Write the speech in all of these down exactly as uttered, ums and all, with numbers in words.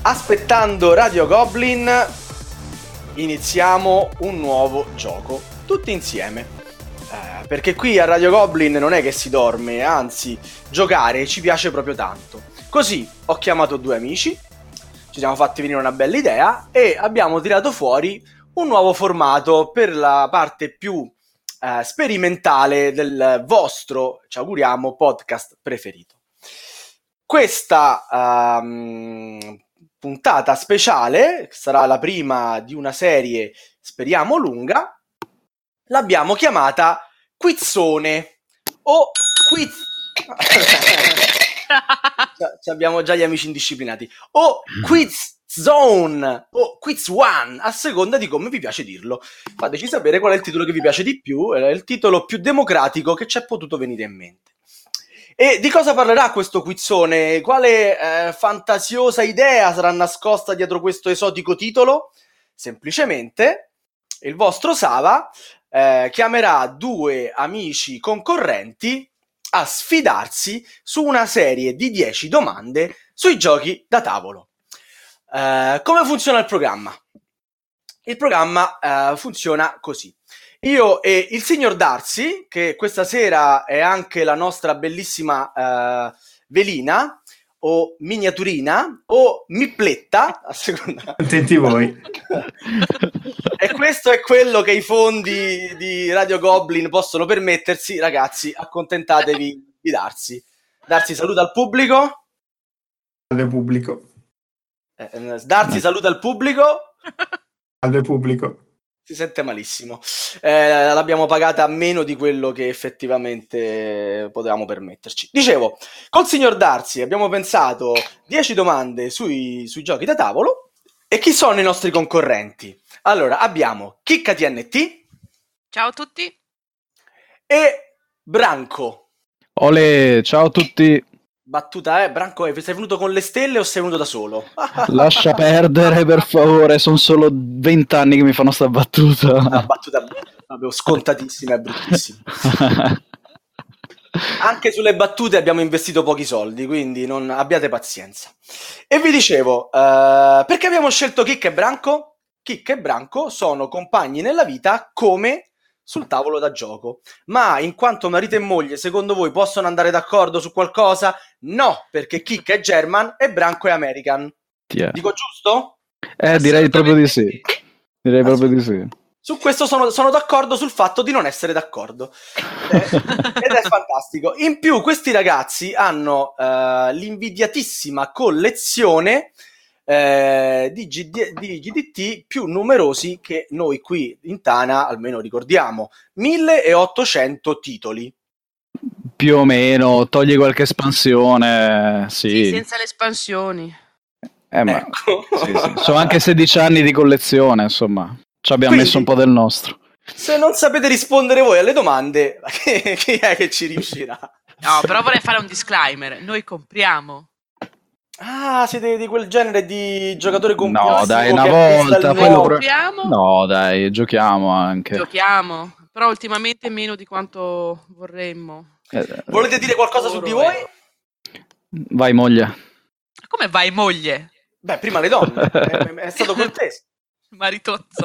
Aspettando Radio Goblin, iniziamo un nuovo gioco, tutti insieme. Eh, perché qui a Radio Goblin non è che si dorme, anzi, giocare ci piace proprio tanto. Così ho chiamato due amici, ci siamo fatti venire una bella idea e abbiamo tirato fuori un nuovo formato per la parte più eh, sperimentale del vostro, ci auguriamo, podcast preferito. Questa um, puntata speciale, sarà la prima di una serie, speriamo lunga, l'abbiamo chiamata Quizzone o Quiz... abbiamo già gli amici indisciplinati, o Quiz Zone o Quiz One, a seconda di come vi piace dirlo. Fateci sapere qual è il titolo che vi piace di più, è il titolo più democratico che ci è potuto venire in mente. E di cosa parlerà questo quizzone? Quale eh, fantasiosa idea sarà nascosta dietro questo esotico titolo? Semplicemente il vostro Sava eh, chiamerà due amici concorrenti a sfidarsi su una serie di dieci domande sui giochi da tavolo. Eh, come funziona il programma? Il programma eh, funziona così. Io e il signor Darcy, che questa sera è anche la nostra bellissima eh, velina, o miniaturina, o mipletta, a seconda. Attenti voi. E questo è quello che i fondi di Radio Goblin possono permettersi. Ragazzi, accontentatevi di Darcy. Darcy, saluta al pubblico. Salve pubblico. Eh, Darcy, saluta al pubblico. Salve pubblico. Si sente malissimo. Eh, l'abbiamo pagata a meno di quello che effettivamente potevamo permetterci. Dicevo, col signor Darcy abbiamo pensato dieci domande sui, sui giochi da tavolo. E chi sono i nostri concorrenti? Allora, abbiamo Chicca T N T. Ciao a tutti. E Branco. Ole, ciao a tutti. Battuta, eh? Branco, sei venuto con le stelle o sei venuto da solo? Lascia perdere, per favore, sono solo vent'anni che mi fanno sta battuta. Una battuta proprio scontatissima e bruttissima. Anche sulle battute abbiamo investito pochi soldi, quindi non abbiate pazienza. E vi dicevo, uh, perché abbiamo scelto Chicca e Branco? Chicca e Branco sono compagni nella vita come sul tavolo da gioco. Ma in quanto marito e moglie, secondo voi possono andare d'accordo su qualcosa? No, perché Chicca è German e Branco è American. Yeah. Dico giusto? Eh, direi proprio di sì. Direi proprio di sì. Su questo sono, sono d'accordo sul fatto di non essere d'accordo. Eh, ed è fantastico. In più, questi ragazzi hanno uh, l'invidiatissima collezione eh, di, G D, di G D T più numerosi che noi qui in Tana, almeno ricordiamo, milleottocento titoli. Più o meno, togli qualche espansione, sì. Sì, senza le espansioni. Eh, ma Ecco. sì, sì. Sono anche sedici anni di collezione, insomma. Ci abbiamo Quindi, messo un po' del nostro. Se non sapete rispondere voi alle domande, chi è che ci riuscirà? No, però vorrei fare un disclaimer. Noi compriamo. Ah, siete di quel genere di giocatore compulsivo? No, dai, una che acquista volta. il Poi lo nuovo? pro- Compriamo. No, dai, giochiamo anche. Giochiamo. Però ultimamente meno di quanto vorremmo. Eh, Volete dire qualcosa su di voi? Vai, moglie. Come vai, moglie? Beh, prima le donne. è, è stato cortese. Maritozzo.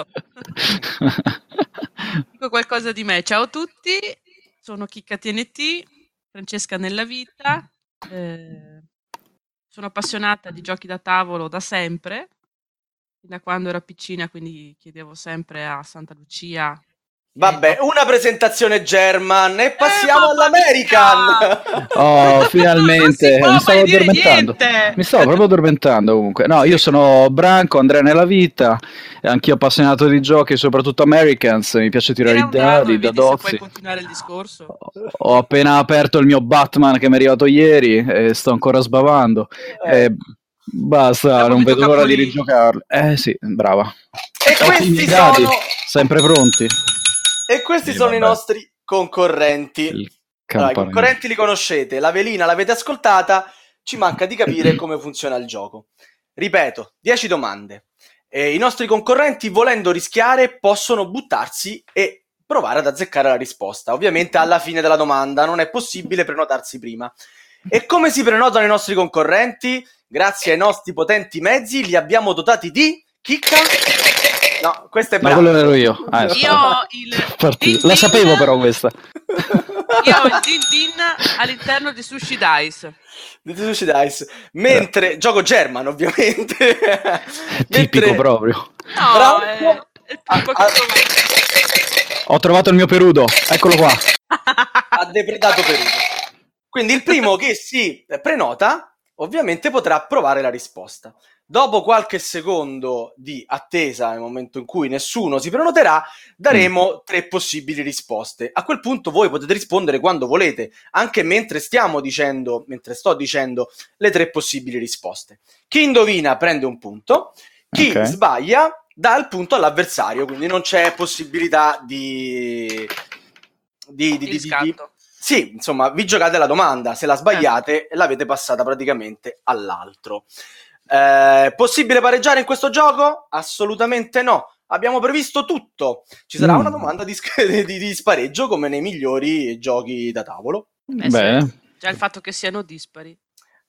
Dico qualcosa di me. Ciao a tutti. Sono Chicca T N T, Francesca nella vita. Eh, sono appassionata di giochi da tavolo da sempre. Da quando ero piccina, quindi chiedevo sempre a Santa Lucia. Vabbè, una presentazione German e passiamo Eh, mamma all'American. Oh, finalmente. Non si può Mi stavo mai dire addormentando. niente. Mi stavo proprio addormentando comunque. No, io sono Branco, Andrea nella vita, e anch'io appassionato di giochi, soprattutto Americans. Mi piace tirare Era i un dado dadi, e i vedi se puoi dadozzi. continuare il discorso. Ho appena aperto il mio Batman che mi è arrivato ieri e sto ancora sbavando. Eh. E basta, Dopo non mi vedo tocca l'ora di pulire. rigiocarlo. Eh sì, brava. E Ecco i questi miei dadi, sono sempre pronti. E questi Sì, sono i vabbè. nostri concorrenti. Il Allora, i campanello. concorrenti li conoscete, la velina l'avete ascoltata, ci manca di capire come funziona il gioco. Ripeto, dieci domande. E i nostri concorrenti, volendo rischiare, possono buttarsi e provare ad azzeccare la risposta. Ovviamente alla fine della domanda, non è possibile prenotarsi prima. E come si prenotano i nostri concorrenti? grazie ai nostri potenti mezzi, li abbiamo dotati di chicca. No, questo è Ma bravo. quello ero io. Ah, Io ho il partito. din La din- sapevo però questa. Io ho il din din all'interno di Sushi Dice. Di Sushi Dice. Mentre gioco German, ovviamente. È tipico Mentre proprio. No, Branco è, è il primo ha, che trovo. Ho trovato il mio perudo. Eccolo qua. ha depredato Perudo. Quindi il primo che si prenota, ovviamente potrà provare la risposta. Dopo qualche secondo di attesa, nel momento in cui nessuno si prenoterà, daremo mm. tre possibili risposte. A quel punto voi potete rispondere quando volete, anche mentre stiamo dicendo, mentre sto dicendo le tre possibili risposte. Chi indovina prende un punto, chi Okay. sbaglia dà il punto all'avversario, quindi non c'è possibilità di... di, di, Di di, di, di riscatto. Sì, insomma, vi giocate la domanda, se la sbagliate l'avete passata praticamente all'altro. Eh, possibile pareggiare in questo gioco? Assolutamente no. Abbiamo previsto tutto. Ci sarà Mm. una domanda di, di, di spareggio come nei migliori giochi da tavolo. Eh, Bene. sì. Già il fatto che siano dispari.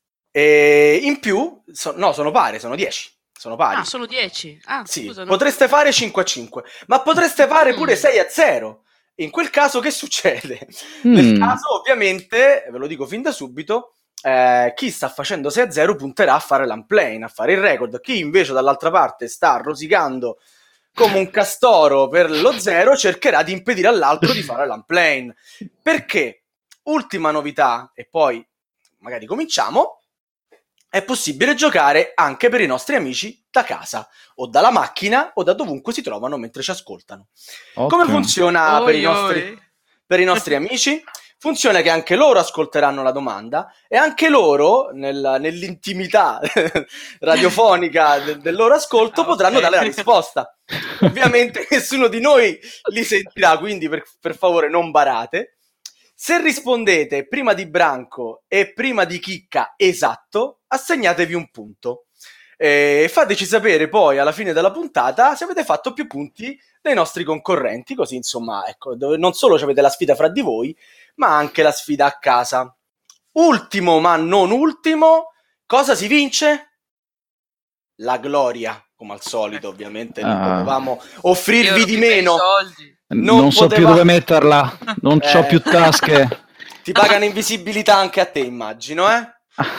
E in più, so, no, sono pari, sono dieci. Sono pari. Ah, sono dieci. Ah, Sì, scusa, non- potreste fare cinque a cinque, ma potreste fare pure Mm. sei a zero. In quel caso che succede? Mm. Nel caso, ovviamente, ve lo dico fin da subito, eh, chi sta facendo sei a zero punterà a fare l'unplane, a fare il record. Chi invece dall'altra parte sta rosicando come un castoro per lo zero cercherà di impedire all'altro di fare l'unplane. Perché? Ultima novità, e poi magari cominciamo, è possibile giocare anche per i nostri amici da casa, o dalla macchina, o da dovunque si trovano mentre ci ascoltano. Come Ottimo. funziona per i, Oi, nostri, oi. per i nostri amici? Funziona che anche loro ascolteranno la domanda e anche loro, nel- nell'intimità radiofonica del, del loro ascolto, Ah, potranno ok. dare la risposta. Ovviamente nessuno di noi li sentirà, quindi per, per favore non barate. Se rispondete prima di Branco e prima di Chicca esatto, assegnatevi un punto. E fateci sapere poi alla fine della puntata se avete fatto più punti dei nostri concorrenti, così insomma, ecco, dove non solo avete la sfida fra di voi, ma anche la sfida a casa. Ultimo ma non ultimo, cosa si vince? La gloria, come al solito, ovviamente non Ah. potevamo Io offrirvi ero di più bei meno. soldi. Non, Non so poteva- più dove metterla. Non Eh. c'ho più tasche. Ti pagano invisibilità anche a te, immagino, eh?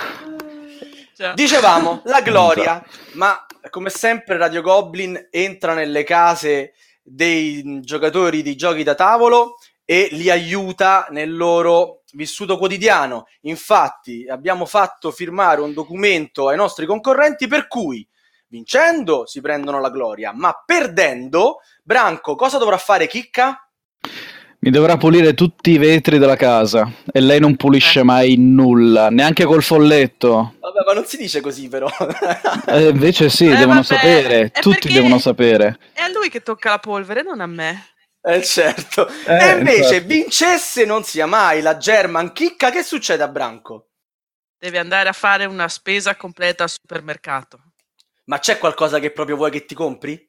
Cioè, Dicevamo, la gloria, ma come sempre Radio Goblin entra nelle case dei giocatori di giochi da tavolo e li aiuta nel loro vissuto quotidiano. Infatti abbiamo fatto firmare un documento ai nostri concorrenti per cui vincendo si prendono la gloria, ma perdendo, Branco, cosa dovrà fare Chicca? Mi dovrà pulire tutti i vetri della casa e lei non pulisce Eh. mai nulla, neanche col folletto. Vabbè, ma non si dice così però. Eh, invece sì, Eh, devono vabbè, sapere, è tutti perché devono sapere. È a lui che tocca la polvere, non a me. Eh certo. Eh, e invece infatti. vincesse non sia mai la German Chicca, che succede a Branco? Deve andare a fare una spesa completa al supermercato. Ma c'è qualcosa che proprio vuoi che ti compri?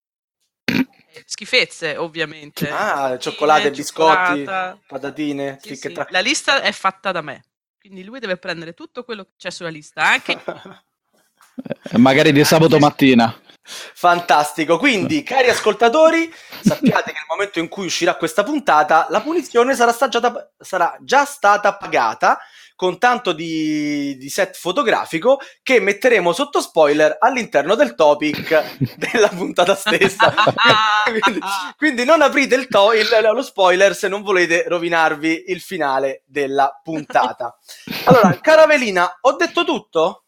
Schifezze, ovviamente. Ah, cioccolate, biscotti, cioccolata. patatine, Sì, tic sì. e trac. La lista è fatta da me. Quindi lui deve prendere tutto quello che c'è sulla lista, anche Eh, magari di sabato mattina. Fantastico, quindi cari ascoltatori, sappiate che nel momento in cui uscirà questa puntata la punizione sarà, sta già, sarà già stata pagata con tanto di, di set fotografico che metteremo sotto spoiler all'interno del topic della puntata stessa. quindi, quindi non aprite il to- il, lo spoiler se non volete rovinarvi il finale della puntata. Allora, cara Velina, ho detto tutto?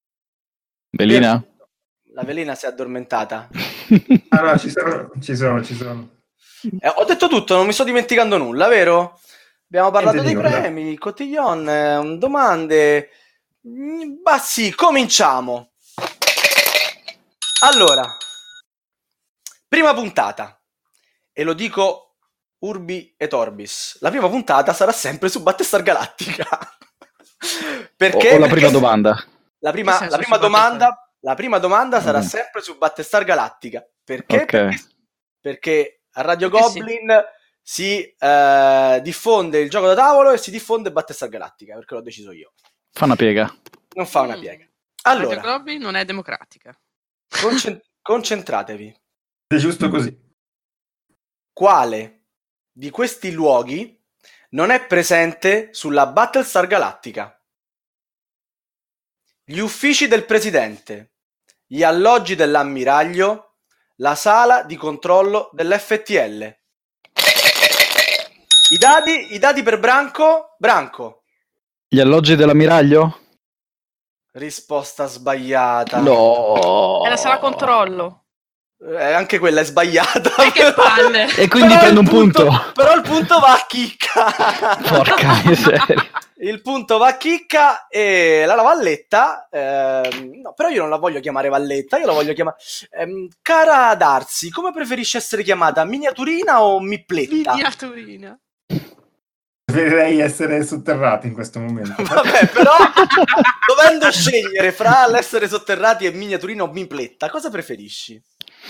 Belina? La Velina si è addormentata. Ah, no, ci sono, ci sono, ci sono. Eh, ho detto tutto, non mi sto dimenticando nulla, vero? Abbiamo parlato Niente dei di nulla. premi, cotillon, eh, domande. Mm, Ma sì, cominciamo. Allora, prima puntata, e lo dico Urbi et Orbis, la prima puntata sarà sempre su Battlestar Galactica. Perché? O, o la Perché prima domanda. La prima, Che senso la prima su Battlestar? domanda, la prima domanda sarà Mm. sempre su Battlestar Galactica. Perché? Ok. Perché, perché a Radio Perché sì. Goblin si eh, diffonde il gioco da tavolo e si diffonde Battlestar Galactica, perché l'ho deciso io. Fa una piega. Non fa una Mm. piega. Radio Allora, Globi non è democratica. concen- concentratevi. È giusto così. Quale di questi luoghi non è presente sulla Battlestar Galactica? Gli uffici del presidente, gli alloggi dell'ammiraglio, la sala di controllo dell'F T L. I dati, i dati per Branco. Branco. Gli alloggi dell'ammiraglio? Risposta sbagliata. No. È la sala controllo. Eh, anche quella è sbagliata. E che palle. E quindi Però prendo il un punto. Però il punto va a Chicca. Porca miseria. Il punto va a Chicca e la, la Valletta, ehm, no, però io non la voglio chiamare Valletta, io la voglio chiamare ehm, cara Darsi, come preferisci essere chiamata? Miniaturina o Mipletta? Miniaturina. Preferirei essere sotterrato in questo momento. Vabbè, però dovendo scegliere fra l'essere sotterrati e Miniaturina o Mipletta, cosa preferisci?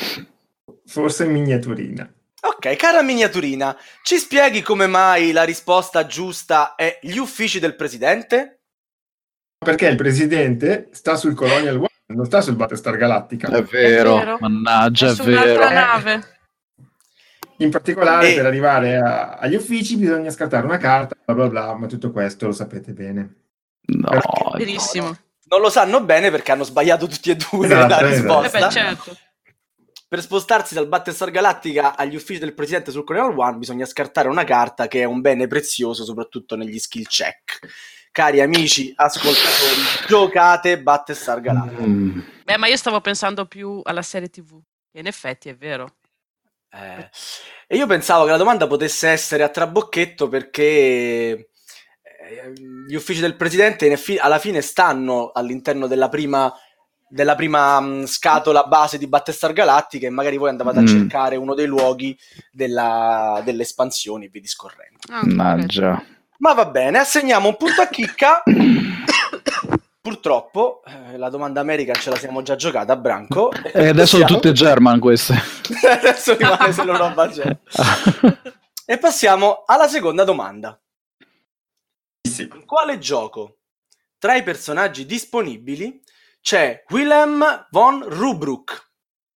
Forse miniaturina. Ok, cara Miniaturina, ci spieghi come mai la risposta giusta è gli uffici del presidente? Perché il presidente sta sul Colonial One, non sta sul Battlestar Galactica. È vero, È vero. mannaggia, È è su vero. un'altra nave. In particolare, E- per arrivare a- agli uffici bisogna scattare una carta, bla bla bla, ma tutto questo lo sapete bene. No, Benissimo. Non lo sanno bene perché hanno sbagliato tutti e due Esatto, la esatto. Eh risposta. beh, certo. Per spostarsi dal Battlestar Galactica agli uffici del presidente sul Colonial One bisogna scartare una carta che è un bene prezioso soprattutto negli skill check. Cari amici ascoltatori, giocate Battlestar Galactica. Mm. Beh, ma io stavo pensando più alla serie tivù. Che in effetti è vero. Eh, e io pensavo che la domanda potesse essere a trabocchetto perché eh, gli uffici del presidente in effi- alla fine stanno all'interno della prima, della prima mh, scatola base di Battlestar Galactica e magari voi andavate a Mm. cercare uno dei luoghi della- delle espansioni e via discorrendo. Ah, Mannaggia. Ma va bene, assegniamo un punto a Chicca. Purtroppo eh, la domanda American ce la siamo già giocata a Branco. E adesso sono tutte German queste. Adesso rimane solo roba German. E passiamo alla seconda domanda. Sì. In quale gioco tra i personaggi disponibili c'è Willem von Rubruck?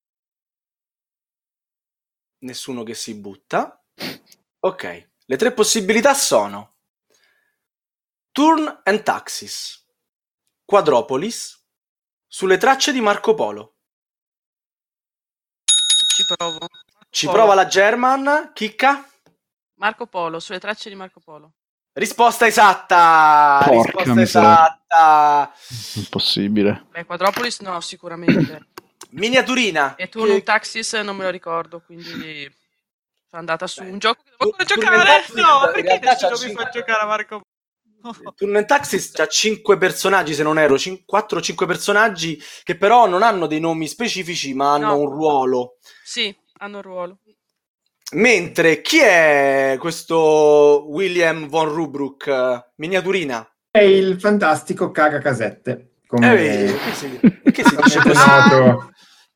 Nessuno che si butta. Ok, le tre possibilità sono Turn and Taxis, Quadropolis, Sulle tracce di Marco Polo. Ci provo. Ci Polo. prova la German, Chicca? Marco Polo, sulle tracce di Marco Polo. Risposta esatta! Porca Risposta miseria. esatta! Impossibile. Beh, Quadropolis no, sicuramente. Miniaturina. E Turn Che- Taxis non me lo ricordo, quindi sono andata su Beh, un gioco che devo ancora Turn giocare. Taxis, No, ma in perché realtà nessuno c'ha mi cinque- fa giocare a Marco Polo? Turn and Taxis c'ha cinque personaggi, se non ero, quattro o cinque personaggi che però non hanno dei nomi specifici, ma hanno No. un ruolo. Sì, hanno un ruolo. Mentre chi è questo William von Rubruck? Miniaturina. È il fantastico cagacasette. Come Eh, perché si, perché si dice è così? noto.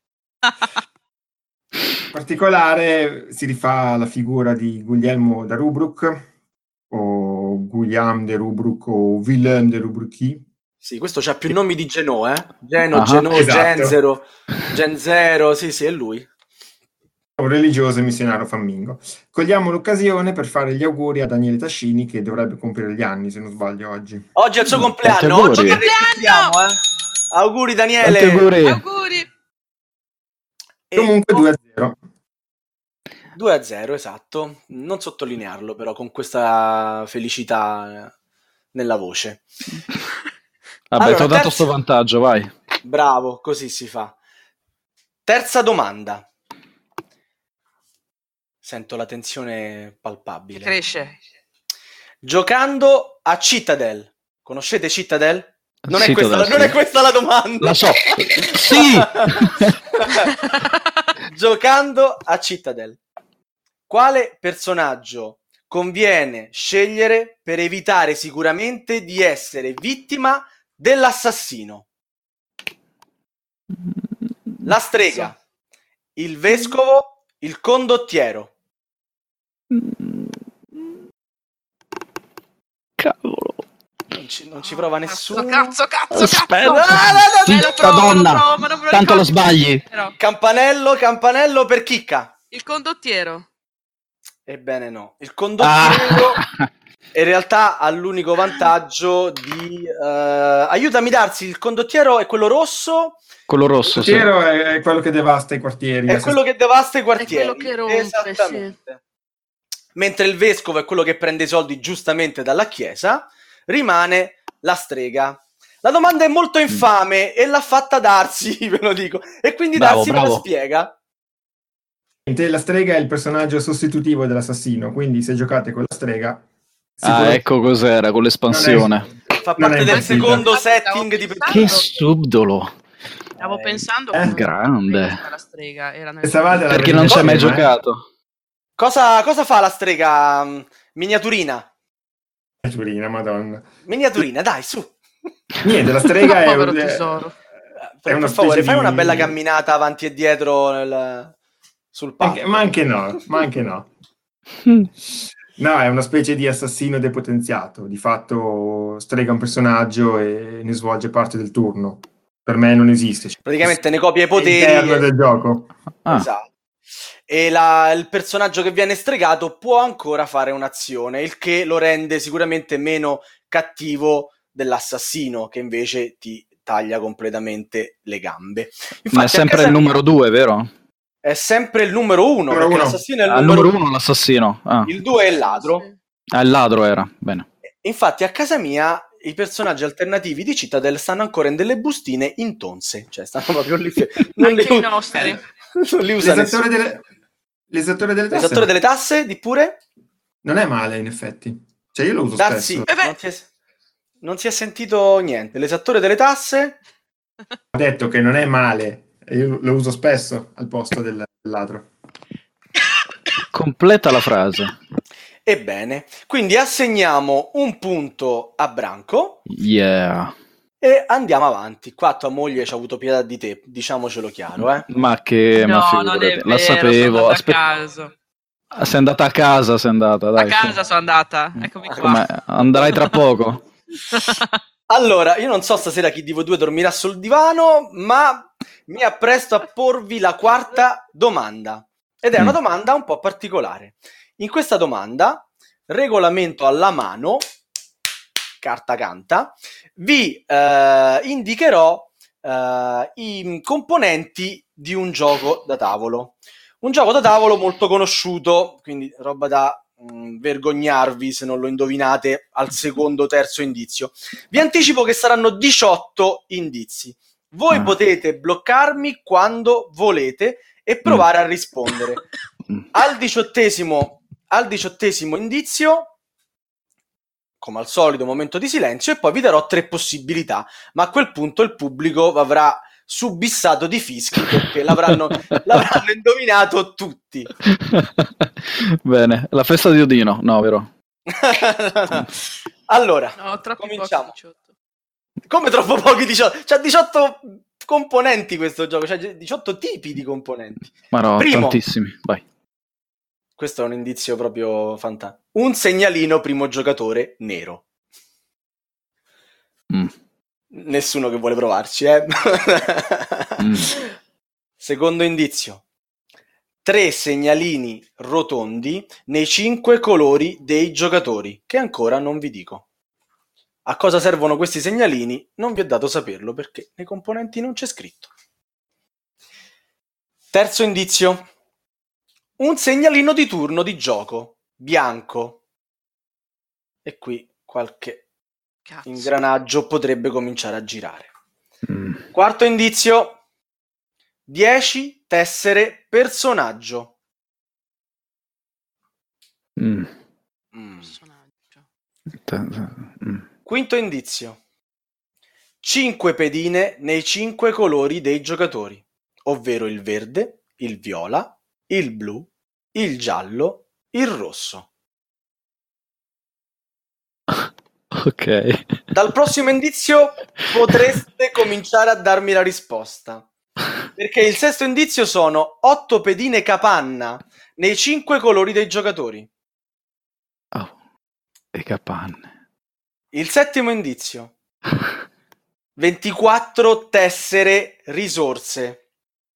In particolare si rifà alla figura di Guglielmo da Rubruck o Guillaume de Rubruck o Willem de Rubrucchi. Sì, questo c'ha più nomi di Geno, eh? Geno, Ah, Geno, esatto. Genzero, Genzero, sì, sì, è lui. Un religioso e missionario fammingo. Cogliamo l'occasione per fare gli auguri a Daniele Tascini che dovrebbe compiere gli anni, se non sbaglio, oggi. Oggi è il suo Mm, compleanno, tanti oggi auguri. che registriamo, eh? Auguri Daniele. Tanti auguri. Auguri! E- Comunque due a zero. due a zero, esatto. Non sottolinearlo però con questa felicità eh, nella voce. Vabbè, Allora, ti ho dato terzo- sto vantaggio, vai. Bravo, così si fa. Terza domanda. Sento la tensione Che palpabile. cresce. Giocando a Citadel. Conoscete Citadel? Non è, Citadel, questa, sì. non è questa la domanda. La so. Sì! Giocando a Citadel. Quale personaggio conviene scegliere per evitare sicuramente di essere vittima dell'assassino? La strega, il vescovo, il condottiero. Cavolo. Non ci, non ci prova nessuno. Cazzo, cazzo, Aspetta. cazzo! Ah, no, no, Dai, no, lo Zitta, trovo, lo donna. trovo, ma non me lo Tanto lo ricordo. sbagli. Però, Campanello, campanello per chicca. il condottiero. Ebbene no. Il condottiero Ah. in realtà ha l'unico vantaggio di... eh, aiutami darsi, il condottiero è quello rosso, Quello Il rosso, sì. portiero è, è quello che devasta i quartieri. è quello che devasta i quartieri. quello che rompe, Esattamente. Mentre il vescovo è quello che prende i soldi giustamente dalla chiesa, rimane la strega. La domanda è molto infame e l'ha fatta Darsi, ve lo dico. E quindi Bravo, Darsi me la bravo. spiega. La strega è il personaggio sostitutivo dell'assassino, quindi se giocate con la strega... Ah, sicuro- ecco cos'era, con l'espansione. Fa Non parte è del impazzita. secondo Infatti stavo setting di pensando- Che subdolo. Stavo Eh, pensando eh, che non grande. sapevo se la strega era nel... Pensavate alla Perché non ci hai mai Venezia, eh? giocato. Cosa, cosa fa la strega? mm, Miniaturina. Giurina, madonna. Miniaturina, dai, su. Niente, la strega è... Povero un- tesoro. Per, una per favore, specie fai di- una bella camminata avanti e dietro nel- sul palco. Anche- ma anche no, ma anche no. No, è una specie di assassino depotenziato. Di fatto strega un personaggio e ne svolge parte del turno. Per me non esiste. Cioè, Praticamente ne copia i è poteri. all'interno e- del gioco. Ah, Esatto. E la- il personaggio che viene stregato può ancora fare un'azione, il che lo rende sicuramente meno cattivo dell'assassino, che invece ti taglia completamente le gambe. Infatti, ma è a sempre casa il numero mia due, vero? è sempre il numero uno, Numero perché uno. l'assassino è il Ah, il numero numero uno l'assassino. Ah. il due è il ladro. Sì. Ah, il ladro era. Bene. Infatti a casa mia i personaggi alternativi di Citadel stanno ancora in delle bustine intonse, cioè stanno proprio lì. Non Anche li, i nostri. non li usa nessuno. L'esattore delle, l'esattore delle tasse L'esattore delle tasse, di pure? non è male, in effetti. Cioè, io lo uso Darsi, spesso. Eh beh. non, si è, non si è sentito niente. L'esattore delle tasse? Ho detto che non è male. e Io lo uso spesso al posto del, del ladro. Completa la frase. Ebbene, quindi assegniamo un punto a Branco Yeah. e andiamo avanti. Qua tua moglie ci ha avuto pietà di te, diciamocelo chiaro, eh. Ma che, No, ma non è figurati, vero, la sono sapevo. andata Aspe- a caso. Ah, sei andata a casa, sei andata, A dai. casa sono andata, eccomi qua. Come- Andrai tra poco. Allora, io non so stasera chi di voi due dormirà sul divano, ma mi appresto a porvi la quarta domanda. Ed è una Mm. domanda un po' particolare. In questa domanda, regolamento alla mano, carta canta, vi eh, indicherò eh, i componenti di un gioco da tavolo. Un gioco da tavolo molto conosciuto, quindi roba da mh, vergognarvi se non lo indovinate al secondo o terzo indizio. Vi anticipo che saranno diciotto indizi. Voi Ah. potete bloccarmi quando volete e provare a rispondere. Al diciottesimo, al diciottesimo indizio, come al solito, momento di silenzio, e poi vi darò tre possibilità. Ma a quel punto il pubblico avrà subissato di fischi perché l'avranno, l'avranno indovinato tutti. Bene, la festa di Odino, no, vero? Allora, No, troppi cominciamo. pochi diciotto. Come troppo pochi diciotto? C'ha diciotto componenti questo gioco, c'ha diciotto tipi di componenti. Ma no, Primo. tantissimi, vai. Questo è un indizio proprio fantastico. Un segnalino primo giocatore nero. Mm. Nessuno che vuole provarci, eh? Mm. Secondo indizio. Tre segnalini rotondi nei cinque colori dei giocatori, che ancora non vi dico. A cosa servono questi segnalini? Non vi ho dato saperlo perché nei componenti non c'è scritto. Terzo indizio. Un segnalino di turno di gioco, bianco. E qui qualche Cazzo. ingranaggio potrebbe cominciare a girare. Mm. Quarto indizio. dieci tessere personaggio. Mm. Mm. Personaggio. Mm. Quinto indizio. cinque pedine nei cinque colori dei giocatori, ovvero il verde, il viola, il blu, il giallo, il rosso. Ok. Dal prossimo indizio potreste cominciare a darmi la risposta, perché il sesto indizio sono otto pedine capanna nei cinque colori dei giocatori. Oh, e capanne. Il settimo indizio. ventiquattro tessere risorse.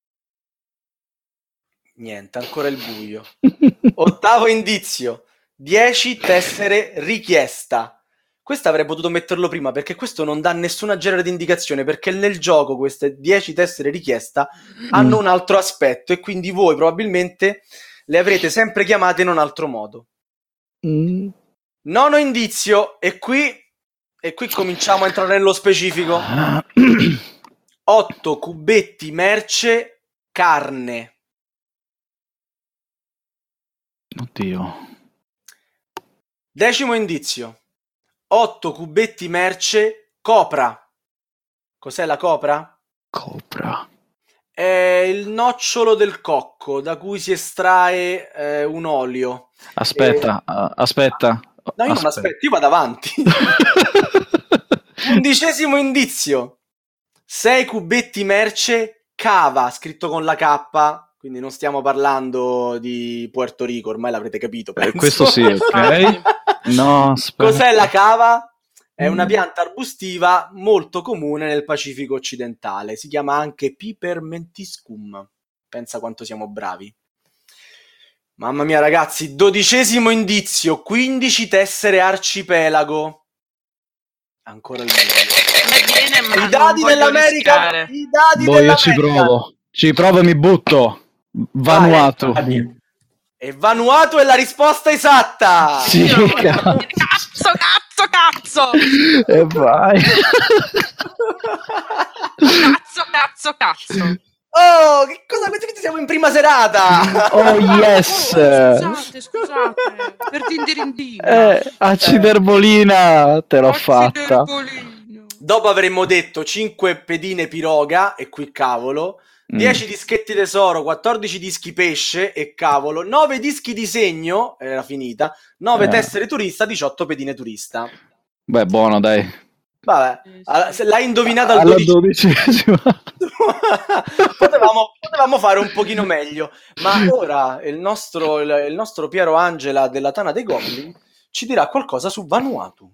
Niente, ancora il buio. Ottavo indizio. dieci tessere richiesta. Questo avrei potuto metterlo prima perché questo non dà nessuna genere di indicazione, perché nel gioco queste dieci tessere richiesta hanno un altro aspetto e quindi voi probabilmente le avrete sempre chiamate in un altro modo. Mm. Nono indizio, e qui, e qui cominciamo a entrare nello specifico. otto cubetti merce carne. Oddio. Decimo indizio. otto cubetti merce copra. Cos'è la copra? Copra. È il nocciolo del cocco da cui si estrae eh, un olio. Aspetta, E... uh, aspetta. No, io aspetta. non aspetto, io vado avanti. Undicesimo indizio. sei cubetti merce cava, scritto con la K, quindi non stiamo parlando di Puerto Rico, ormai l'avrete capito, penso. Eh, questo sì, ok. No, aspetta. Cos'è la cava? È una pianta arbustiva molto comune nel Pacifico occidentale. Si chiama anche Pipermentiscum. Pensa quanto siamo bravi. Mamma mia, ragazzi, dodicesimo indizio, quindici tessere arcipelago. Ancora il buio. I dadi dell'America. I dadi boh, dell'America. Io ci provo. Ci provo e mi butto. Vanuatu. Vai. E Vanuatu è la risposta esatta. Sì, cazzo, cazzo, cazzo. E vai. Cazzo, cazzo, cazzo. Oh, che cosa? Questi siamo in prima serata. Oh yes. Oh, scusate, scusate. Per tindirindino. Eh, aciderbolina, te l'ho fatta. Dopo avremmo detto cinque pedine piroga, e qui cavolo, dieci mm. dischetti tesoro, quattordici dischi pesce, e cavolo, nove dischi di segno, era finita, nove eh. tessere turista, diciotto pedine turista. Beh, buono, dai. Vabbè, se l'hai indovinata al alla dodicesima. potevamo, potevamo fare un pochino meglio, ma ora il nostro, il, il nostro Piero Angela della Tana dei Goblin ci dirà qualcosa su Vanuatu.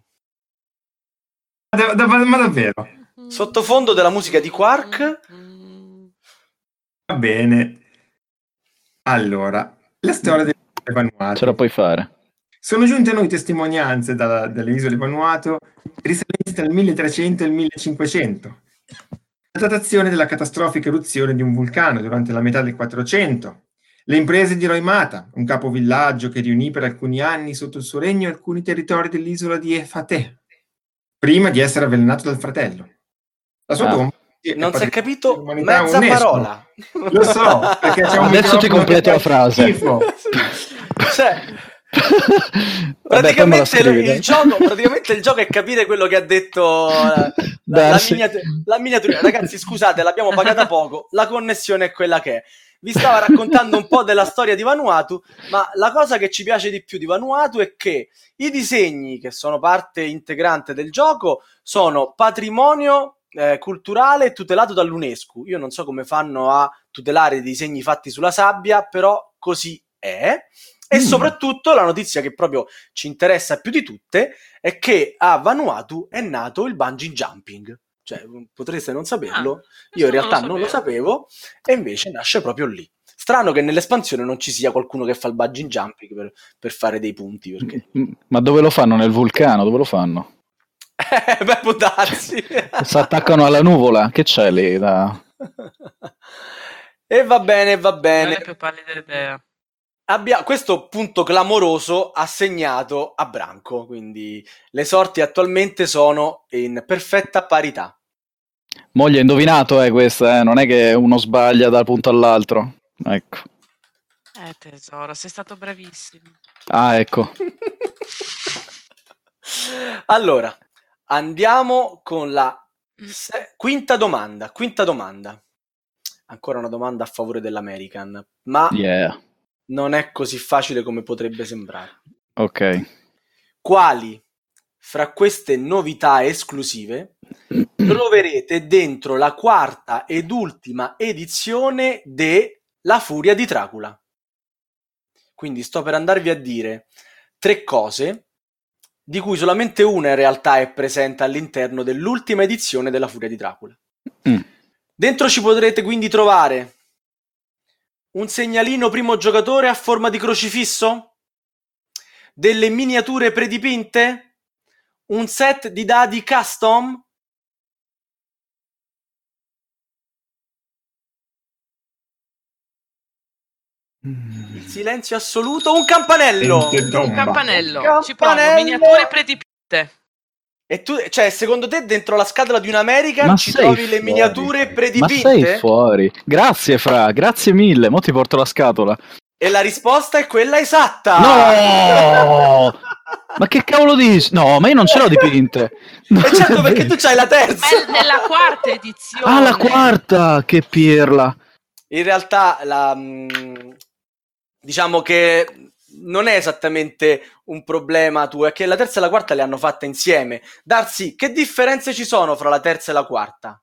Da, da, ma davvero? Sottofondo della musica di Quark. Va bene. Allora, la storia del Vanuatu. Ce la puoi fare. Sono giunte a noi testimonianze da, dalle isole Vanuatu risalenti tra il milletrecento e il millecinquecento. La datazione della catastrofica eruzione di un vulcano durante la metà del quattrocento. Le imprese di Roimata, un capovillaggio che riunì per alcuni anni sotto il suo regno alcuni territori dell'isola di Efate, prima di essere avvelenato dal fratello. La sua ah. tomba non si è capito mezza UNESCO. Parola. Lo so, perché c'è un adesso ti completo la frase. Cioè, praticamente, Vabbè, il, il gioco, praticamente il gioco è capire quello che ha detto la, la, la, miniatura, la miniatura. Ragazzi, scusate, l'abbiamo pagata poco, la connessione è quella che è. Vi stava raccontando un po' della storia di Vanuatu, ma la cosa che ci piace di più di Vanuatu è che i disegni, che sono parte integrante del gioco, sono patrimonio eh, culturale tutelato dall'UNESCO. Io non so come fanno a tutelare i disegni fatti sulla sabbia, però così è. E mm. soprattutto la notizia che proprio ci interessa più di tutte è che a Vanuatu è nato il bungee jumping. Cioè, potreste non saperlo, ah, io in realtà non lo, non lo sapevo, e invece nasce proprio lì. Strano che nell'espansione non ci sia qualcuno che fa il bungee jumping per, per fare dei punti. Perché... Ma dove lo fanno? Nel vulcano? Dove lo fanno? Eh, beh, può darsi. Si attaccano alla nuvola, che c'è lì? Da... E va bene, va bene. Non è più pallida idea. Abbia, questo punto clamoroso assegnato a Branco, quindi le sorti attualmente sono in perfetta parità. Moglie, indovinato è eh, questa, eh? Non è che uno sbaglia dal punto all'altro. Ecco. Eh tesoro, sei stato bravissimo. Ah, ecco. Allora, andiamo con la se- quinta domanda. Quinta domanda. Ancora una domanda a favore dell'American, ma yeah. non è così facile come potrebbe sembrare. Ok. Quali fra queste novità esclusive troverete dentro la quarta ed ultima edizione de La Furia di Dracula? Quindi sto per andarvi a dire tre cose di cui solamente una in realtà è presente all'interno dell'ultima edizione della Furia di Dracula. Mm. Dentro ci potrete quindi trovare un segnalino primo giocatore a forma di crocifisso, delle miniature predipinte, un set di dadi custom, il silenzio assoluto, un campanello. Sente Un tomba. campanello. Campanello. Ci provo, miniature predipinte. E tu, cioè, secondo te dentro la scatola di un American Ma ci sei trovi le fuori. miniature Ma predipinte? sei fuori. Grazie, Fra, grazie mille. Mo ti porto la scatola. E la risposta è quella esatta. No! Ma che cavolo dici? No, ma io non ce l'ho dipinte. E certo, perché tu c'hai la terza. Ma è nella quarta edizione. Ah, la quarta! Che pirla. In realtà, la, mh, diciamo che non è esattamente un problema tuo, è che la terza e la quarta le hanno fatte insieme. Darsi, che differenze ci sono fra la terza e la quarta?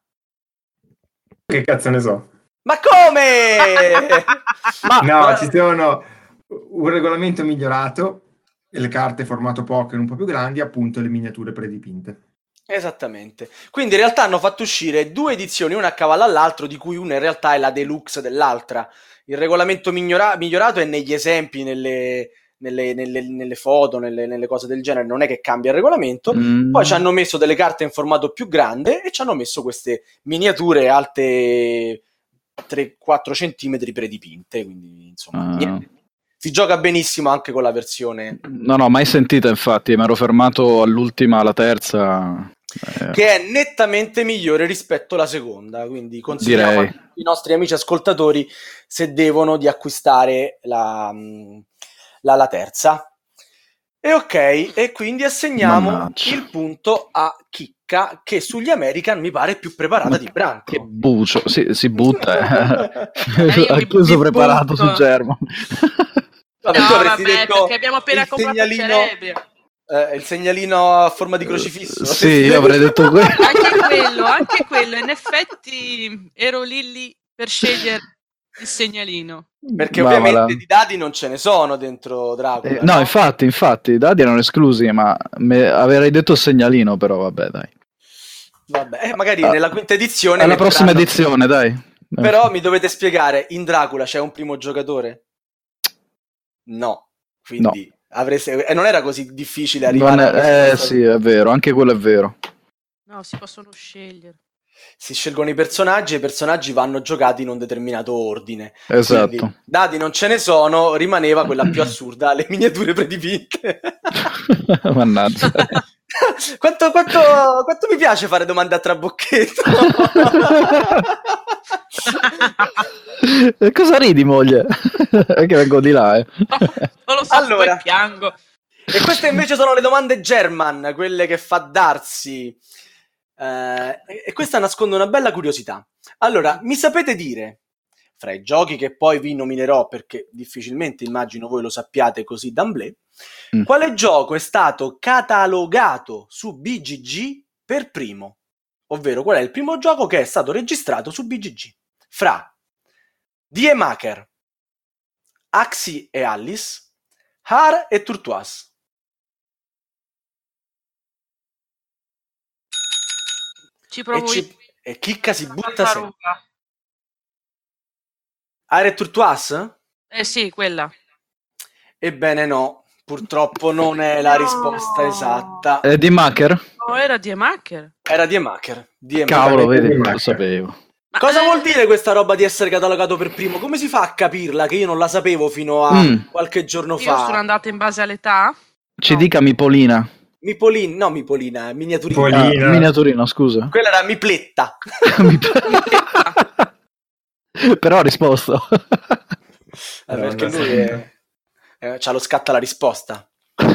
Che cazzo ne so? Ma come? Ma No, ci sono un regolamento migliorato e le carte formato poker un po' più grandi, appunto le miniature predipinte. Esattamente. Quindi in realtà hanno fatto uscire due edizioni, una a cavallo all'altro, di cui una in realtà è la deluxe dell'altra. Il regolamento migliora- migliorato è negli esempi, nelle, nelle, nelle, nelle foto, nelle, nelle cose del genere, non è che cambia il regolamento. Mm. Poi ci hanno messo delle carte in formato più grande e ci hanno messo queste miniature alte tre quattro centimetri predipinte, quindi insomma Ah. niente. Si gioca benissimo anche con la versione No, no, mai sentita, infatti. Mi ero fermato all'ultima, alla terza. Eh, che è nettamente migliore rispetto alla seconda, quindi consigliamo Direi. ai nostri amici ascoltatori, se devono, di acquistare la, la, la terza. E ok, e quindi assegniamo Mannaggia. il punto a Chicca, che sugli American mi pare più preparata Ma di Branco. Che bucio, si, si butta. Eh, io Ha mi- chiuso mi preparato butto. su German. Vabbè, No, tu avresti vabbè, detto perché abbiamo appena il comprato segnalino, cerebri. eh, il segnalino a forma di crocifisso. Sì, io avrei detto quello. Anche quello, anche quello. In effetti ero lì lì per scegliere il segnalino. Perché Ma ovviamente va là. di dadi non ce ne sono dentro Dracula. Eh, no, infatti, infatti, i dadi erano esclusi, ma me- avrei detto il segnalino, però vabbè, dai. Vabbè, eh, magari Ah, nella quinta edizione Alla prossima metteranno- edizione, dai. Però mi dovete spiegare, in Dracula c'è un primo giocatore? No. Quindi avreste... eh, non era così difficile arrivare Non alla è- eh risposta. sì, è vero, anche quello è vero. No, si possono scegliere. Si scelgono i personaggi e i personaggi vanno giocati in un determinato ordine. Esatto. Quindi, dadi non ce ne sono, rimaneva quella più assurda, le miniature predipinte. Mannaggia. quanto, quanto, quanto mi piace fare domande a trabocchetto. Cosa ridi, moglie? È che vengo di là, eh. Non lo so, Allora. poi piango. E queste invece sono le domande German, quelle che fa Darsi. Eh, e questa nasconde una bella curiosità. Allora, mi sapete dire, fra i giochi che poi vi nominerò, perché difficilmente immagino voi lo sappiate così d'amblè, Mm. quale gioco è stato catalogato su B G G per primo? Ovvero, qual è il primo gioco che è stato registrato su B G G? Fra Die Maker, Axie e Alice, Har e Turtoise. Ci E, provo ci- io. e Chicca si butta sempre. Tartaruga. Har e Turtoise? Eh sì, quella. Ebbene no, purtroppo non è la No. risposta esatta. È di Maker? No, era Die Maker. Era Die Maker. Die Maker. Cavolo, Maker. vedi, Maker. lo sapevo. Ma, Cosa eh, vuol dire questa roba di essere catalogato per primo? Come si fa a capirla? Che io non la sapevo fino a Mm. qualche giorno Io sono fa. andata in base all'età. Ci No. dica Mipolina. Mipolina, no Mipolina, miniaturina. Poli- Ah, Mipolina. miniaturina, scusa. Quella era Mipletta. Mi- Però ha risposto. Eh, No, perché no, lui sì. è... eh, c'ha lo scatta la risposta.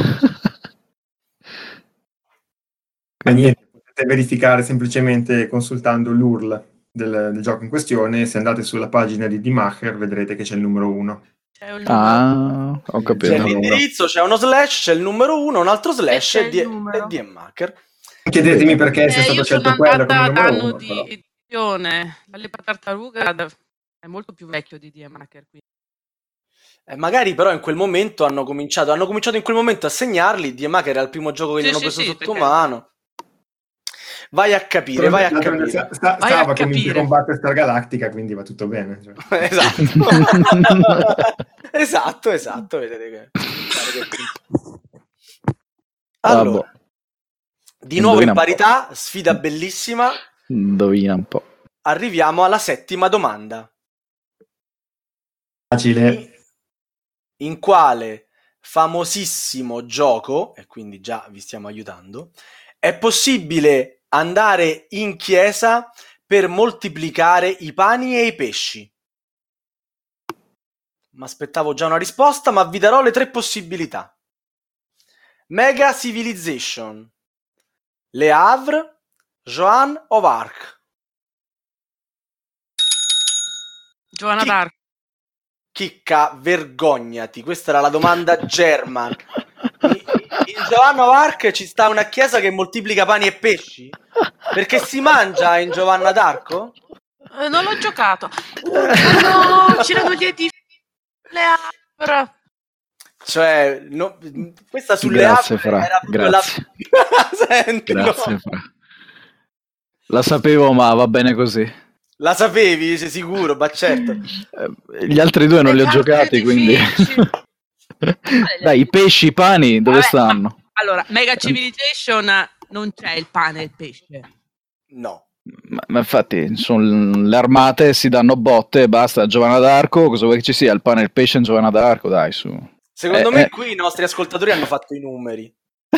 Ma niente, potete verificare semplicemente consultando l'U R L del, del gioco in questione. Se andate sulla pagina di Die Macher vedrete che c'è il numero uno. C'è il numero. Ah, ho C'è capito. Sì. l'indirizzo, c'è uno slash, c'è il numero uno, un altro slash c'è e il Die, numero. e Die Maker. Chiedetemi perché Eh, sia stato io sono scelto quello andata come ad numero anno uno. di però. edizione. La Lepre Tartaruga da- è molto più vecchio di Die Maker. Quindi. Eh, magari però in quel momento hanno cominciato, hanno cominciato in quel momento a segnarli, D M A che era il primo gioco che Sì, gli hanno sì, preso sì, sotto perché- mano. Vai a capire, vai a capire. Sta, sta, Vai a stava comincia capire. con Battlestar Galactica, quindi va tutto bene. Cioè. Esatto. esatto, esatto, vedete che... Allora, Vabbè. di nuovo Indovina in un parità, sfida bellissima. Indovina un po'. Arriviamo alla settima domanda. Facile. In quale famosissimo gioco, e quindi già vi stiamo aiutando, è possibile andare in chiesa per moltiplicare i pani e i pesci? Mi aspettavo già una risposta, ma vi darò le tre possibilità. Mega Civilization, Le Havre, Joan of Arc. Giovanna Chi- d'Arco. Chicca, vergognati, questa era la domanda German. In, in Giovanna of Arc ci sta una chiesa che moltiplica pani e pesci? Perché si mangia in Giovanna d'Arco? Eh, non l'ho giocato. Oh, no, c'erano gli edifici. Le Havre. Cioè, no, questa sulle Grazie, Havre Fra, era proprio grazie. la... Senti, no. Grazie, Fra. La sapevo, ma va bene così. La sapevi, sei sicuro? Ma certo. Eh, Gli altri due non Le li ho carte giocati, quindi... edifici. Dai, i pesci, i pani, dove Vabbè, stanno? ma- allora, Mega Civilization non c'è il pane e il pesce. No. Ma, ma infatti, sono le armate, si danno botte e basta. Giovanna d'Arco, cosa vuoi che ci sia? Il pane e il pesce in Giovanna d'Arco, dai, su. Secondo Eh, me eh. qui i nostri ascoltatori hanno fatto i numeri.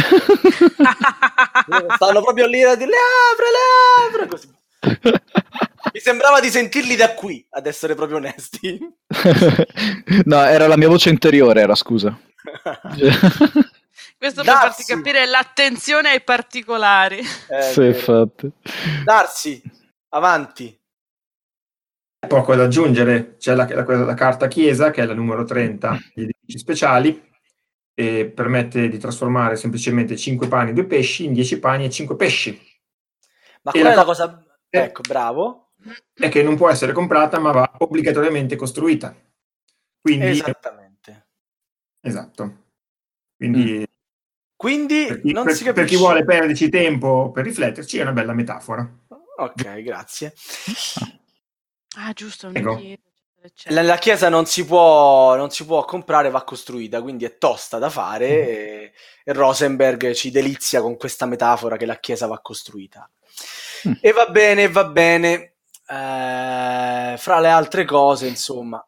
Stanno proprio lì a dire le apre, le apre, così. Mi sembrava di sentirli da qui, ad essere proprio onesti. No, era la mia voce interiore, era, scusa. Questo per Darsi. farti capire l'attenzione ai particolari. Eh, Sì, vero. infatti. Darsi, avanti. Poco da aggiungere, c'è la, la, la carta chiesa, che è la numero trenta, gli edifici speciali, e permette di trasformare semplicemente cinque pani e due pesci in dieci pani e cinque pesci. Ma E qual la è la cosa- cosa... Ecco, bravo. È che non può essere comprata, ma va obbligatoriamente costruita. Quindi, Esattamente. esatto. Quindi, Quindi per, chi, non per- si per capisce. chi vuole perderci tempo per rifletterci, è una bella metafora. Ok, grazie. Ah, giusto, una Prego. chiesa, eccetera, eccetera. La, la chiesa non si può non si può comprare, va costruita, quindi è tosta da fare e, e Rosenberg ci delizia con questa metafora che la chiesa va costruita. Mm. E va bene, va bene. Eh, fra le altre cose, insomma,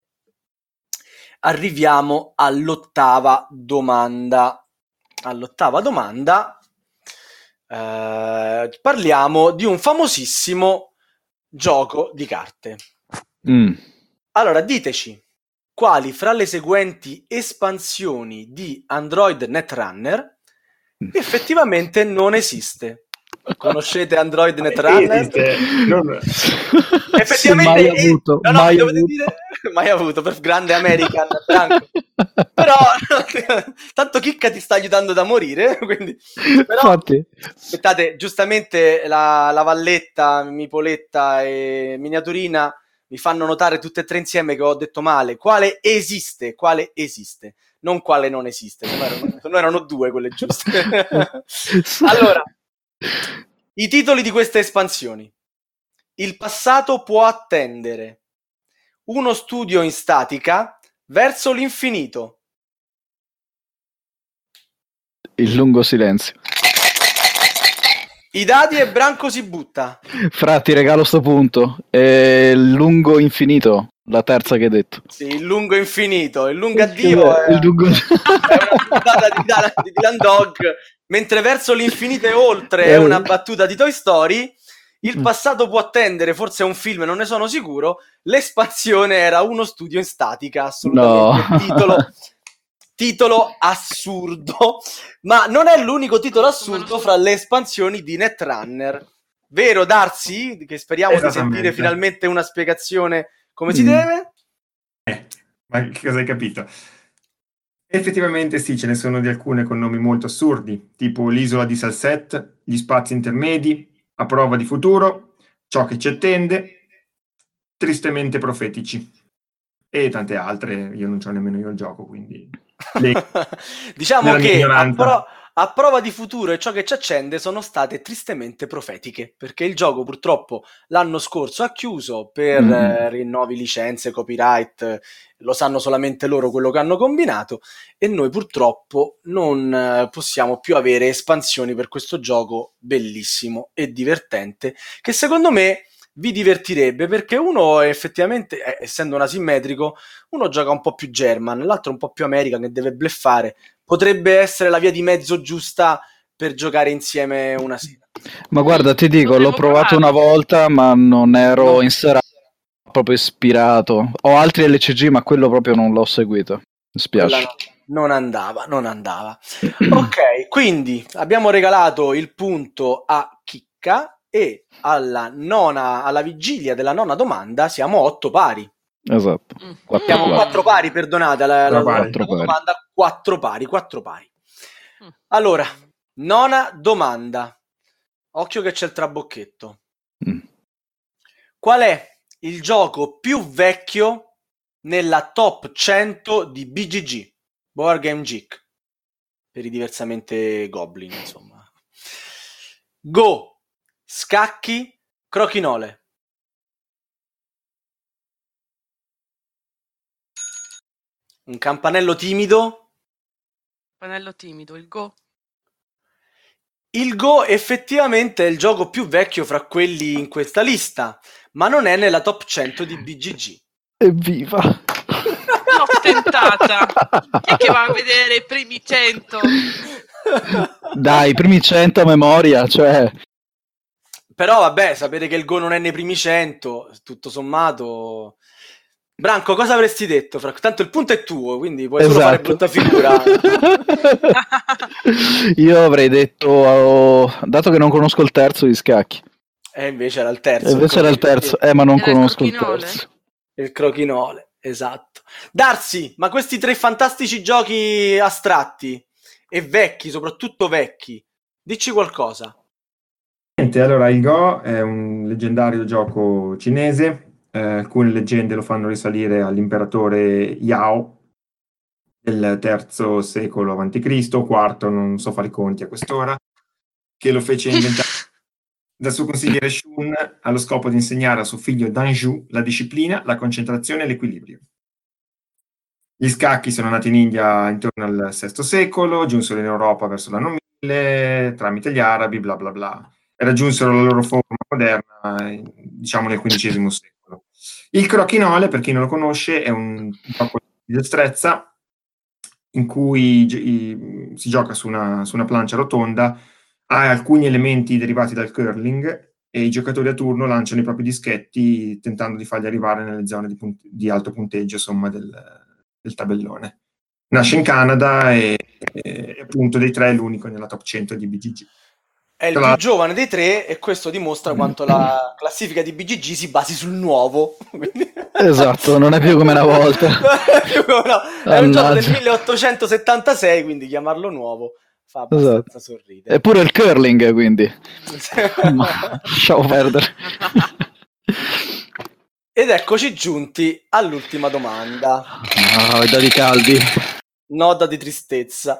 arriviamo all'ottava domanda. All'ottava domanda eh, parliamo di un famosissimo gioco di carte. Mm. Allora, diteci, quali fra le seguenti espansioni di Android Netrunner effettivamente non esiste? Conoscete Android Netrunner? Esiste, non- Effettivamente Sì, mai eh, avuto, no, no, mai dovete avuto. dire mai avuto, per grande American Franco. Però tanto Chicca ti sta aiutando da morire, quindi però Infatti. aspettate, giustamente la, la Valletta, Mipoletta e Miniaturina mi fanno notare tutte e tre insieme che ho detto male. Quale esiste? Quale esiste? Non quale non esiste. Non erano, non erano due quelle giuste. Allora, i titoli di queste espansioni. Il passato può attendere. Uno studio in statica verso l'infinito. Il lungo silenzio. I dadi e Branco si butta. Fra, ti regalo sto punto. È il lungo infinito, la terza che hai detto. Sì, il lungo infinito, il lungo addio è, Il lungo... è una puntata di, Dylan- di Dylan Dog, mentre verso l'infinito e oltre è una battuta di Toy Story. Il passato può attendere, forse è un film, non ne sono sicuro. L'espansione era uno studio in statica, assolutamente. No. Titolo, titolo assurdo, ma non è l'unico titolo assurdo fra le espansioni di Netrunner. Vero, Darsi? Che speriamo di sentire finalmente una spiegazione come si Mm. deve. Eh, ma che cosa hai capito? Effettivamente sì, ce ne sono di alcune con nomi molto assurdi, tipo l'isola di Salsette, gli spazi intermedi, a prova di futuro, ciò che ci attende, tristemente profetici. e tante altre. Io non c'ho nemmeno io il gioco, quindi le... diciamo Nella che mia a, ignoranza. pro- a prova di futuro e ciò che ci accende sono state tristemente profetiche, perché il gioco purtroppo l'anno scorso ha chiuso per Mm. eh, rinnovi, licenze, copyright, eh, lo sanno solamente loro quello che hanno combinato, e noi purtroppo non eh, possiamo più avere espansioni per questo gioco bellissimo e divertente, che secondo me vi divertirebbe, perché uno effettivamente, eh, essendo un asimmetrico, uno gioca un po' più German, l'altro un po' più American, che deve bluffare. Potrebbe essere la via di mezzo giusta per giocare insieme una sera. Ma guarda, ti dico, Dovremmo l'ho provato provarlo. una volta, ma non ero No. in serata proprio ispirato. Ho altri L C G, ma quello proprio non l'ho seguito. Mi Quella spiace. no- non andava, non andava. Ok, quindi abbiamo regalato il punto a Chicca e alla nona, alla vigilia della nona domanda siamo otto pari. Esatto. Mm. Quattro Siamo pari. quattro pari, perdonate, la, la- Quattro la- pari. la domanda quattro pari, quattro pari. Mm. Allora, nona domanda. Occhio che c'è il trabocchetto. Mm. Qual è il gioco più vecchio nella top cento di B G G? Board Game Geek. Per i diversamente Goblin, insomma. Go, scacchi, crochinole. Un campanello timido. Panello timido, il Go. Il Go effettivamente è il gioco più vecchio fra quelli in questa lista, ma non è nella top cento di B G G. Evviva! L'ho tentata. Chi è che va a vedere i primi cento? Dai, i primi cento a memoria, cioè... Però vabbè, sapere che il Go non è nei primi cento, tutto sommato... Branco, cosa avresti detto? Fra... Tanto il punto è tuo, quindi puoi solo fare Esatto. brutta figura. Io avrei detto, oh, dato che non conosco il terzo di scacchi. E invece era il terzo. E invece il era il crochi- terzo, eh, ma non Era il conosco il crochinole? terzo. Il crochinole, esatto. Darsi, ma questi tre fantastici giochi astratti e vecchi, soprattutto vecchi, dici qualcosa. Niente, allora il Go è un leggendario gioco cinese, eh, alcune leggende lo fanno risalire all'imperatore Yao del terzo secolo avanti Cristo, quarto, non so fare i conti a quest'ora, che lo fece inventare dal suo consigliere Shun allo scopo di insegnare a suo figlio Danju la disciplina, la concentrazione e l'equilibrio. Gli scacchi sono nati in India intorno al sesto secolo, giunsero in Europa verso l'anno mille tramite gli arabi, bla bla bla, e raggiunsero la loro forma moderna, eh, diciamo nel quindicesimo secolo. Il crochinole, per chi non lo conosce, è un gioco di destrezza in cui gi- i- si gioca su una, su una plancia rotonda, ha alcuni elementi derivati dal curling e i giocatori a turno lanciano i propri dischetti tentando di farli arrivare nelle zone di, punt- di alto punteggio, insomma, del, del tabellone. Nasce in Canada e, e appunto dei tre è l'unico nella top cento di B G G. È il Tra più l'altro- giovane dei tre e questo dimostra quanto la classifica di B G G si basi sul nuovo. Quindi- Esatto, non è più come una volta. Non è più come una- È un gioco del Mannaggia. milleottocentosettantasei, quindi chiamarlo nuovo fa abbastanza Esatto. sorridere. Eppure il curling, quindi. Ma lasciamo perdere. Ed eccoci giunti all'ultima domanda. Ah, i dadi caldi. Nota di tristezza.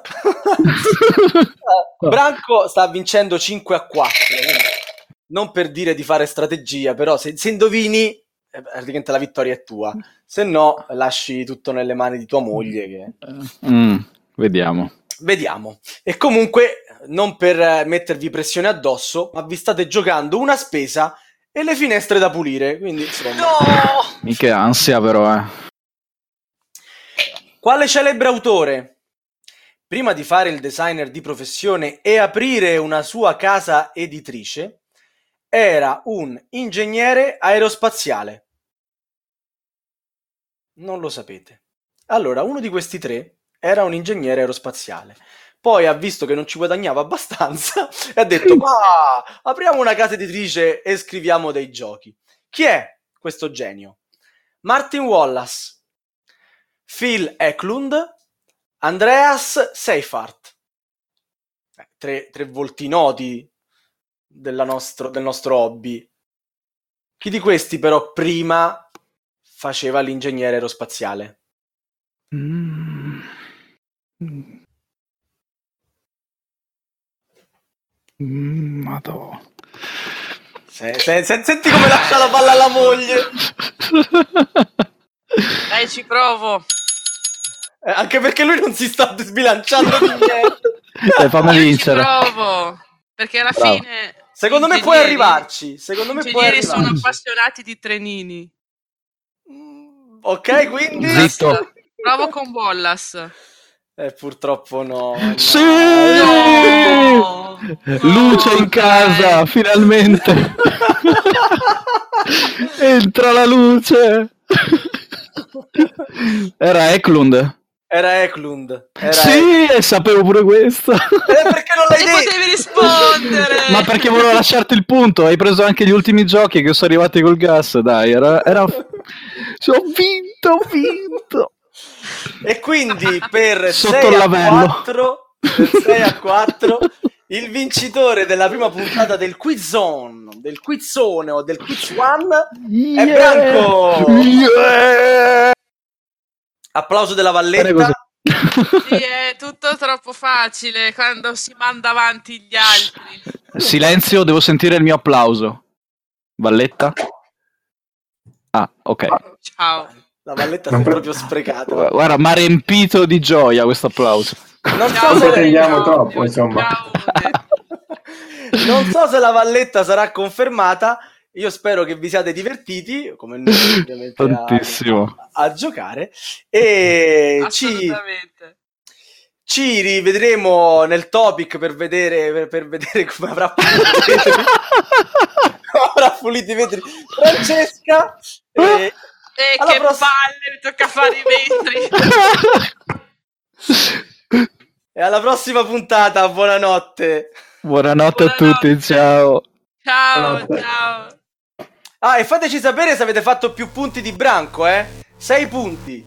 Branco sta vincendo cinque a quattro. quindi Non per dire di fare strategia, però se, se indovini, eh, praticamente la vittoria è tua. Se no, lasci tutto nelle mani di tua moglie. Che... Mm, vediamo. Vediamo. E comunque, non per eh, mettervi pressione addosso, ma vi state giocando una spesa e le finestre da pulire. Quindi, insomma. No! Mica ansia, però, eh. Quale celebre autore, prima di fare il designer di professione e aprire una sua casa editrice, era un ingegnere aerospaziale? Non lo sapete. Allora, uno di questi tre era un ingegnere aerospaziale. Poi ha visto che non ci guadagnava abbastanza e ha detto: ma apriamo una casa editrice e scriviamo dei giochi. Chi è questo genio? Martin Wallace, Phil Eklund, Andreas Seifert. Eh, tre, tre volti noti della nostro, del nostro hobby. Chi di questi però prima faceva l'ingegnere aerospaziale. Mm. Mm, Madò. Se, se, se, senti come lascia la palla alla moglie. Dai, ci provo. Eh, anche perché lui non si sta sbilanciando di niente. Eh, fammi Io vincere. ci provo, perché alla Bravo. fine Secondo me puoi arrivarci. Secondo me i puoi ingegneri sono arrivarci. appassionati di trenini. Mm, ok, quindi Zitto. Provo con Wallace. Eh, purtroppo no. no. Sì! No! Luce No, in casa, dai. finalmente. Entra la luce. Era Eklund. Era Eklund. Era Sì, e sapevo pure questo. Eklund. Eh, perché non l'hai E detto? potevi rispondere. Ma perché volevo lasciarti il punto? Hai preso anche gli ultimi giochi che sono arrivati col gas, dai, era... era... Ho vinto, ho vinto. E quindi per Sotto sei il a lavello. quattro, per sei a quattro, il vincitore della prima puntata del Quizone, del Quizone o del Quiz One è Yeah. Branco. Yeah. Applauso della Guarda Valletta. Sì, è tutto troppo facile quando si manda avanti gli altri. Silenzio, devo sentire il mio applauso. Valletta? Ah, ok. Ciao. La Valletta Non si è pre- proprio sprecata. Guarda, mi ha riempito di gioia questo applauso. Non so, Ciao, Non se... pretendiamo ciao, troppo, insomma. ciao. non so se la Valletta sarà confermata. Io spero che vi siate divertiti, come noi ovviamente, a, Tantissimo. a, a giocare. E ci, Assolutamente. ci rivedremo nel topic per vedere, per, per vedere come avrà pulito i vetri. Come avrà pulito i vetri Francesca. E E alla che prossima- palle, mi tocca fare i vetri. E alla prossima puntata, buonanotte. Buonanotte a Buonanotte. tutti, ciao. Ciao, Buonanotte. ciao. Ah, e fateci sapere se avete fatto più punti di Branco, eh? Sei punti.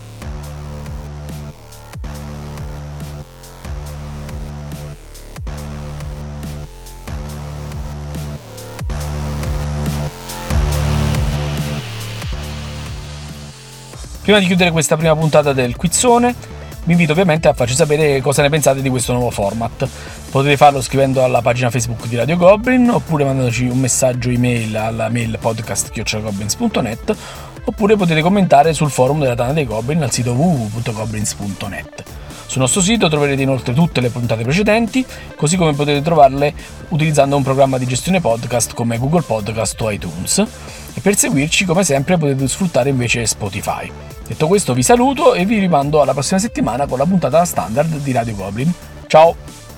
Prima di chiudere questa prima puntata del Quizzone, vi invito ovviamente a farci sapere cosa ne pensate di questo nuovo format. Potete farlo scrivendo alla pagina Facebook di Radio Goblin, oppure mandandoci un messaggio email alla mail podcast chiocciola goblins punto net, oppure potete commentare sul forum della Tana dei Goblin al sito w w w punto goblins punto net. Sul nostro sito troverete inoltre tutte le puntate precedenti, così come potete trovarle utilizzando un programma di gestione podcast come Google Podcast o iTunes. E per seguirci, come sempre, potete sfruttare invece Spotify. Detto questo vi saluto e vi rimando alla prossima settimana con la puntata standard di Radio Goblin. Ciao!